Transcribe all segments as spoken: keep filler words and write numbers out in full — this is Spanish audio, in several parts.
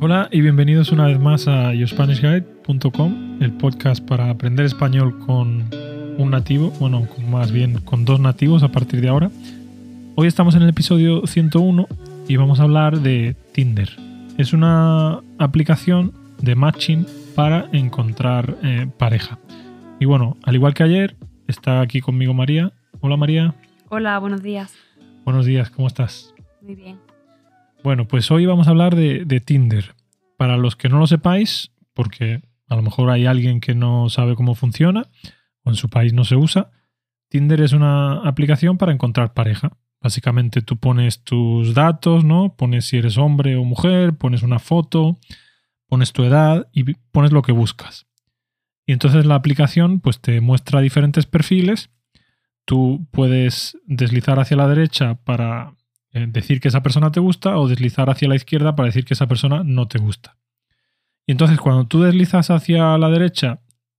Hola y bienvenidos una vez más a your spanish guide punto com, el podcast para aprender español con un nativo, bueno, con más bien con dos nativos a partir de ahora. Hoy estamos en el episodio ciento uno y vamos a hablar de Tinder. Es una aplicación de matching para encontrar eh, pareja. Y bueno, al igual que ayer, está aquí conmigo María. Hola María. Hola, buenos días. Buenos días, ¿cómo estás? Muy bien. Bueno, pues hoy vamos a hablar de, de Tinder. Para los que no lo sepáis, porque a lo mejor hay alguien que no sabe cómo funciona o en su país no se usa, Tinder es una aplicación para encontrar pareja. Básicamente tú pones tus datos, ¿no? Pones si eres hombre o mujer, pones una foto, pones tu edad y pones lo que buscas. Y entonces la aplicación pues te muestra diferentes perfiles. Tú puedes deslizar hacia la derecha para eh, decir que esa persona te gusta o deslizar hacia la izquierda para decir que esa persona no te gusta. Y entonces cuando tú deslizas hacia la derecha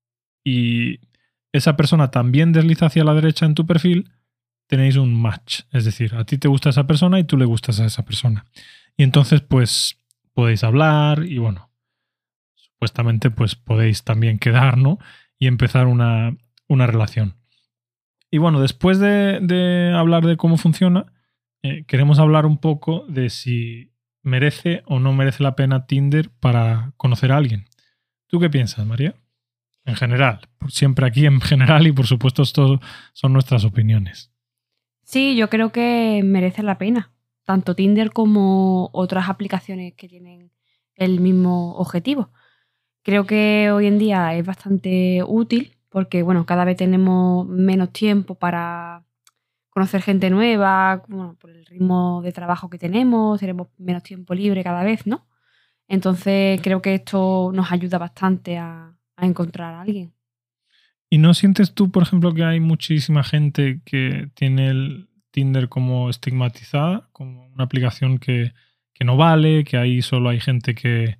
y esa persona también desliza hacia la derecha en tu perfil, tenéis un match. Es decir, a ti te gusta esa persona y tú le gustas a esa persona. Y entonces pues podéis hablar y bueno, supuestamente pues podéis también quedar, ¿no? Y empezar una, una relación. Y bueno, después de, de hablar de cómo funciona, eh, queremos hablar un poco de si merece o no merece la pena Tinder para conocer a alguien. ¿Tú qué piensas, María? En general, siempre aquí en general y por supuesto esto son nuestras opiniones. Sí, yo creo que merece la pena. Tanto Tinder como otras aplicaciones que tienen el mismo objetivo. Creo que hoy en día es bastante útil porque, bueno, cada vez tenemos menos tiempo para conocer gente nueva, bueno, por el ritmo de trabajo que tenemos, tenemos menos tiempo libre cada vez, ¿no? Entonces creo que esto nos ayuda bastante a, a encontrar a alguien. ¿Y no sientes tú, por ejemplo, que hay muchísima gente que tiene el Tinder como estigmatizada, como una aplicación que, que no vale, que ahí solo hay gente que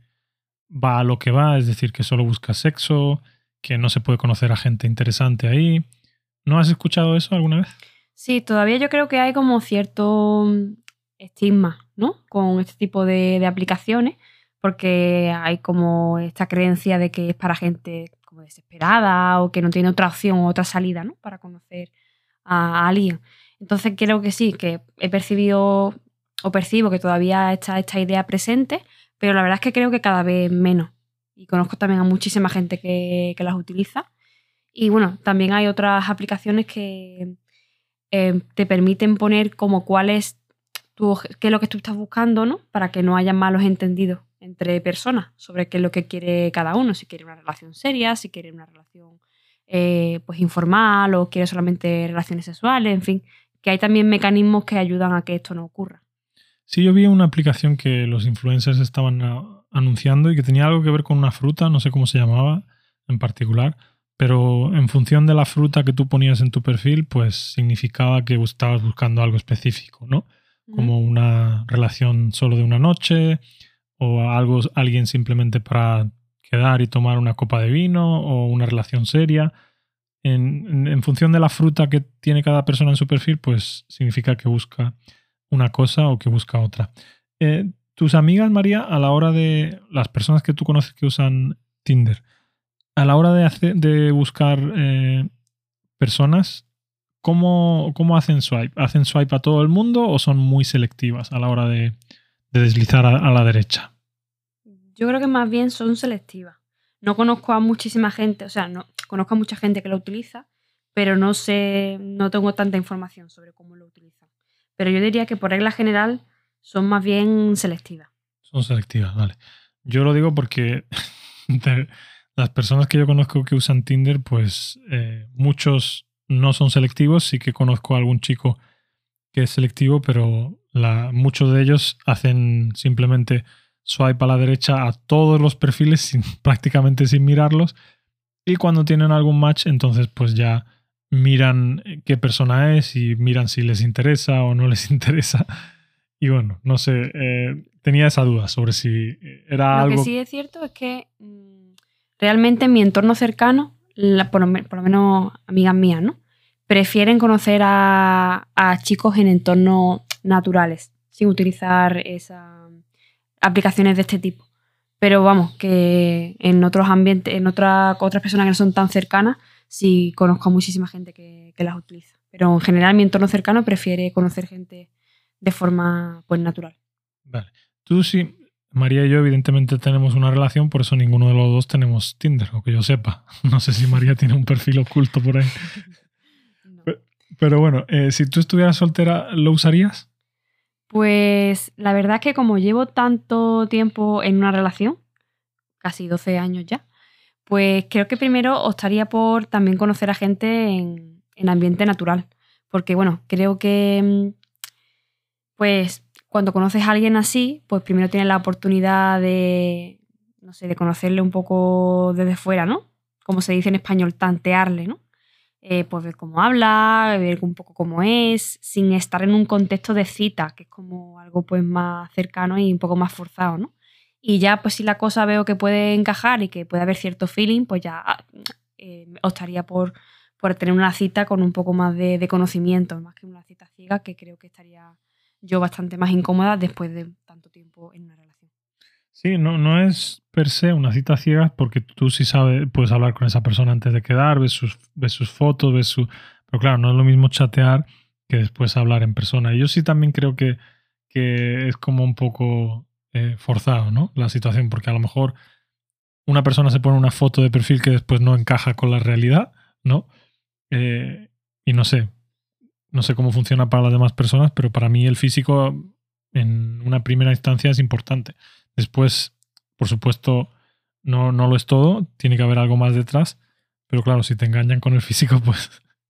va a lo que va, es decir, que solo busca sexo, que no se puede conocer a gente interesante ahí? ¿No has escuchado eso alguna vez? Sí, todavía yo creo que hay como cierto estigma, ¿no? Con este tipo de, de aplicaciones, porque hay como esta creencia de que es para gente como desesperada o que no tiene otra opción o otra salida, ¿no? Para conocer a alguien. Entonces creo que sí, que he percibido o percibo que todavía está esta idea presente, pero la verdad es que creo que cada vez menos. Y conozco también a muchísima gente que, que las utiliza. Y bueno, también hay otras aplicaciones que eh, te permiten poner como cuál es tu, qué es lo que tú estás buscando, ¿no? Para que no haya malos entendidos entre personas sobre qué es lo que quiere cada uno. Si quiere una relación seria, si quiere una relación eh, pues informal o quiere solamente relaciones sexuales, en fin. Que hay también mecanismos que ayudan a que esto no ocurra. Sí, yo vi una aplicación que los influencers estaban a, anunciando y que tenía algo que ver con una fruta, no sé cómo se llamaba en particular, pero en función de la fruta que tú ponías en tu perfil, pues significaba que estabas buscando algo específico, ¿no? Como una relación solo de una noche o algo, alguien simplemente para quedar y tomar una copa de vino o una relación seria. En, en, en función de la fruta que tiene cada persona en su perfil, pues significa que busca una cosa o que busca otra. Eh, tus amigas, María, a la hora de las personas que tú conoces que usan Tinder, a la hora de, hacer, de buscar eh, personas, ¿cómo, ¿cómo hacen swipe? ¿Hacen swipe a todo el mundo o son muy selectivas a la hora de, de deslizar a, a la derecha? Yo creo que más bien son selectivas. No conozco a muchísima gente, o sea, no conozco a mucha gente que lo utiliza, pero no sé, no tengo tanta información sobre cómo lo utilizan. Pero yo diría que por regla general son más bien selectivas. Son selectivas, vale. Yo lo digo porque de las personas que yo conozco que usan Tinder, pues eh, muchos no son selectivos. Sí que conozco a algún chico que es selectivo, pero la, muchos de ellos hacen simplemente swipe a la derecha a todos los perfiles sin, prácticamente sin mirarlos. Y cuando tienen algún match, entonces pues ya miran qué persona es y miran si les interesa o no les interesa. Y bueno, no sé, eh, tenía esa duda sobre si era lo algo... Lo que sí es cierto es que mmm, realmente en mi entorno cercano, la, por, lo, por lo menos amigas mías, ¿no? Prefieren conocer a, a chicos en entornos naturales, sin utilizar esas aplicaciones de este tipo. Pero vamos, que en otros ambientes, en otra, otras personas que no son tan cercanas, sí conozco a muchísima gente que, que las utiliza. Pero en general mi entorno cercano prefiere conocer gente de forma pues natural. Vale. Tú sí, María y yo evidentemente tenemos una relación, por eso ninguno de los dos tenemos Tinder, o que yo sepa. No sé si María tiene un perfil oculto por ahí. No. Pero, pero bueno, eh, si tú estuvieras soltera, ¿lo usarías? Pues la verdad es que como llevo tanto tiempo en una relación, casi doce años ya, pues creo que primero optaría por también conocer a gente en, en ambiente natural. Porque bueno, creo que pues cuando conoces a alguien así, pues primero tienes la oportunidad de, no sé, de conocerle un poco desde fuera, ¿no? Como se dice en español, tantearle, ¿no? Eh, pues ver cómo habla, ver un poco cómo es, sin estar en un contexto de cita, que es como algo pues más cercano y un poco más forzado, ¿no? Y ya pues si la cosa veo que puede encajar y que puede haber cierto feeling, pues ya eh, optaría por, por tener una cita con un poco más de, de conocimiento, más que una cita ciega, que creo que estaría yo bastante más incómoda después de tanto tiempo en una relación. Sí, no, no es per se una cita ciega porque tú sí sabes, puedes hablar con esa persona antes de quedar, ves sus, ves sus fotos, ves su... Pero claro, no es lo mismo chatear que después hablar en persona. Y yo sí también creo que, que es como un poco eh, forzado, ¿no? La situación, porque a lo mejor una persona se pone una foto de perfil que después no encaja con la realidad, ¿no? Eh, y no sé, no sé cómo funciona para las demás personas, pero para mí el físico en una primera instancia es importante. Después, por supuesto, no, no lo es todo, tiene que haber algo más detrás, pero claro, si te engañan con el físico, pues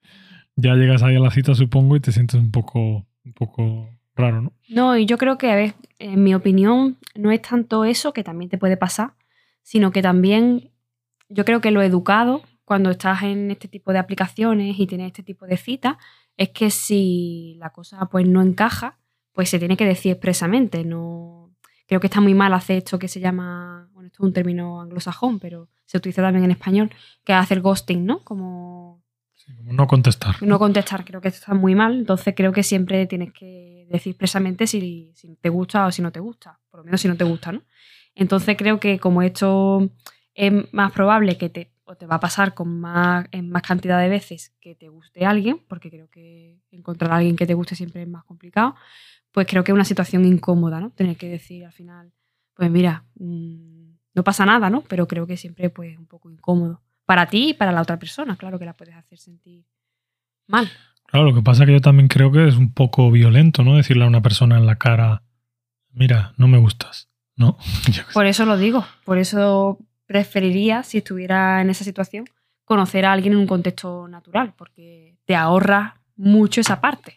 ya llegas ahí a la cita, supongo, y te sientes un poco, un poco raro, ¿no? No, y yo creo que, a ver, en mi opinión, no es tanto eso, que también te puede pasar, sino que también yo creo que lo educado, cuando estás en este tipo de aplicaciones y tienes este tipo de citas, es que si la cosa pues no encaja, pues se tiene que decir expresamente. No, creo que está muy mal hacer esto que se llama, bueno, esto es un término anglosajón, pero se utiliza también en español, que es hacer ghosting, ¿no? Como Sí, como no contestar. no contestar, creo que esto está muy mal. Entonces creo que siempre tienes que decir expresamente si, si te gusta o si no te gusta. Por lo menos si no te gusta, ¿no? Entonces creo que como esto es más probable que te, o te va a pasar con más, en más cantidad de veces que te guste alguien, porque creo que encontrar a alguien que te guste siempre es más complicado, pues creo que es una situación incómoda, ¿no? Tener que decir al final, pues mira, mmm, no pasa nada, ¿no? Pero creo que siempre pues, es un poco incómodo. Para ti y para la otra persona, claro que la puedes hacer sentir mal. Claro, lo que pasa es que yo también creo que es un poco violento, ¿no? Decirle a una persona en la cara, mira, no me gustas, ¿no? Por eso lo digo, por eso preferiría, si estuviera en esa situación, conocer a alguien en un contexto natural, porque te ahorra mucho esa parte.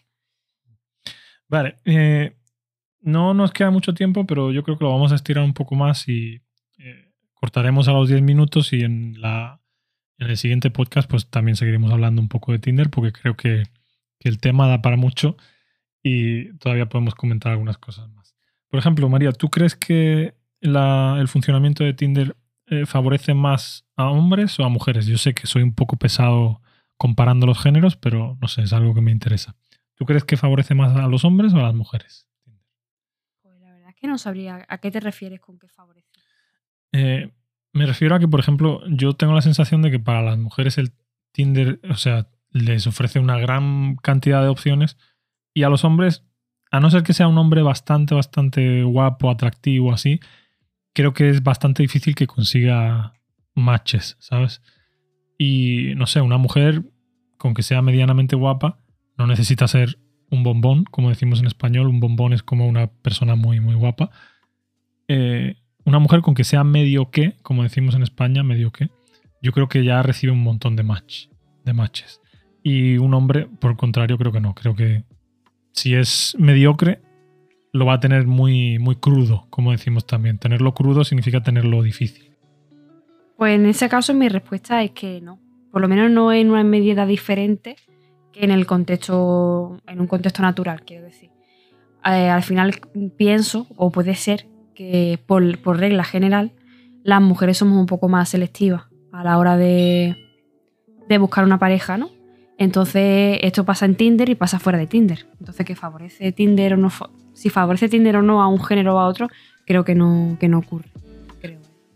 Vale, eh, no nos queda mucho tiempo, pero yo creo que lo vamos a estirar un poco más y eh, cortaremos a los diez minutos y en, la, en el siguiente podcast pues también seguiremos hablando un poco de Tinder porque creo que, que el tema da para mucho y todavía podemos comentar algunas cosas más. Por ejemplo, María, ¿tú crees que la, el funcionamiento de Tinder eh, favorece más a hombres o a mujeres? Yo sé que soy un poco pesado comparando los géneros, pero no sé, es algo que me interesa. ¿Tú crees que favorece más a los hombres o a las mujeres? Pues la verdad es que no sabría a qué te refieres con qué favorece. Eh, me refiero a que, por ejemplo, yo tengo la sensación de que para las mujeres el Tinder, o sea, les ofrece una gran cantidad de opciones y a los hombres, a no ser que sea un hombre bastante, bastante guapo, atractivo, así, creo que es bastante difícil que consiga matches, ¿sabes? Y no sé, una mujer, con que sea medianamente guapa, no necesita ser un bombón, como decimos en español. Un bombón es como una persona muy, muy guapa. Eh, una mujer con que sea medio que, como decimos en España, medio que, yo creo que ya recibe un montón de match, de matches. Y un hombre, por el contrario, creo que no. Creo que si es mediocre, lo va a tener muy, muy crudo, como decimos también. Tenerlo crudo significa tenerlo difícil. Pues en ese caso mi respuesta es que no. Por lo menos no en una medida diferente que en el contexto, en un contexto natural, quiero decir. Eh, al final pienso, o puede ser, que por, por regla general, las mujeres somos un poco más selectivas a la hora de, de buscar una pareja, ¿no? Entonces, esto pasa en Tinder y pasa fuera de Tinder. Entonces, ¿qué favorece Tinder o no? Si favorece Tinder o no a un género o a otro, creo que no, que no ocurre. Creo.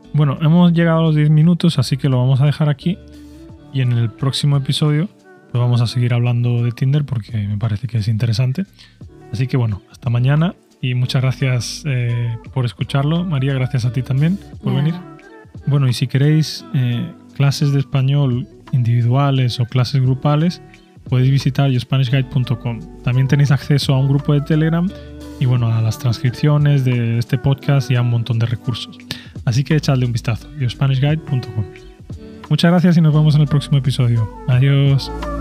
Bueno, hemos llegado a los diez minutos, así que lo vamos a dejar aquí. Y en el próximo episodio pues vamos a seguir hablando de Tinder porque me parece que es interesante. Así que bueno, hasta mañana y muchas gracias eh, por escucharlo. María, gracias a ti también por Nada. venir. Bueno, y si queréis eh, clases de español individuales o clases grupales, podéis visitar yo spanish guide punto com. También tenéis acceso a un grupo de Telegram y bueno, a las transcripciones de este podcast y a un montón de recursos. Así que echadle un vistazo, yo spanish guide punto com. Muchas gracias y nos vemos en el próximo episodio. Adiós.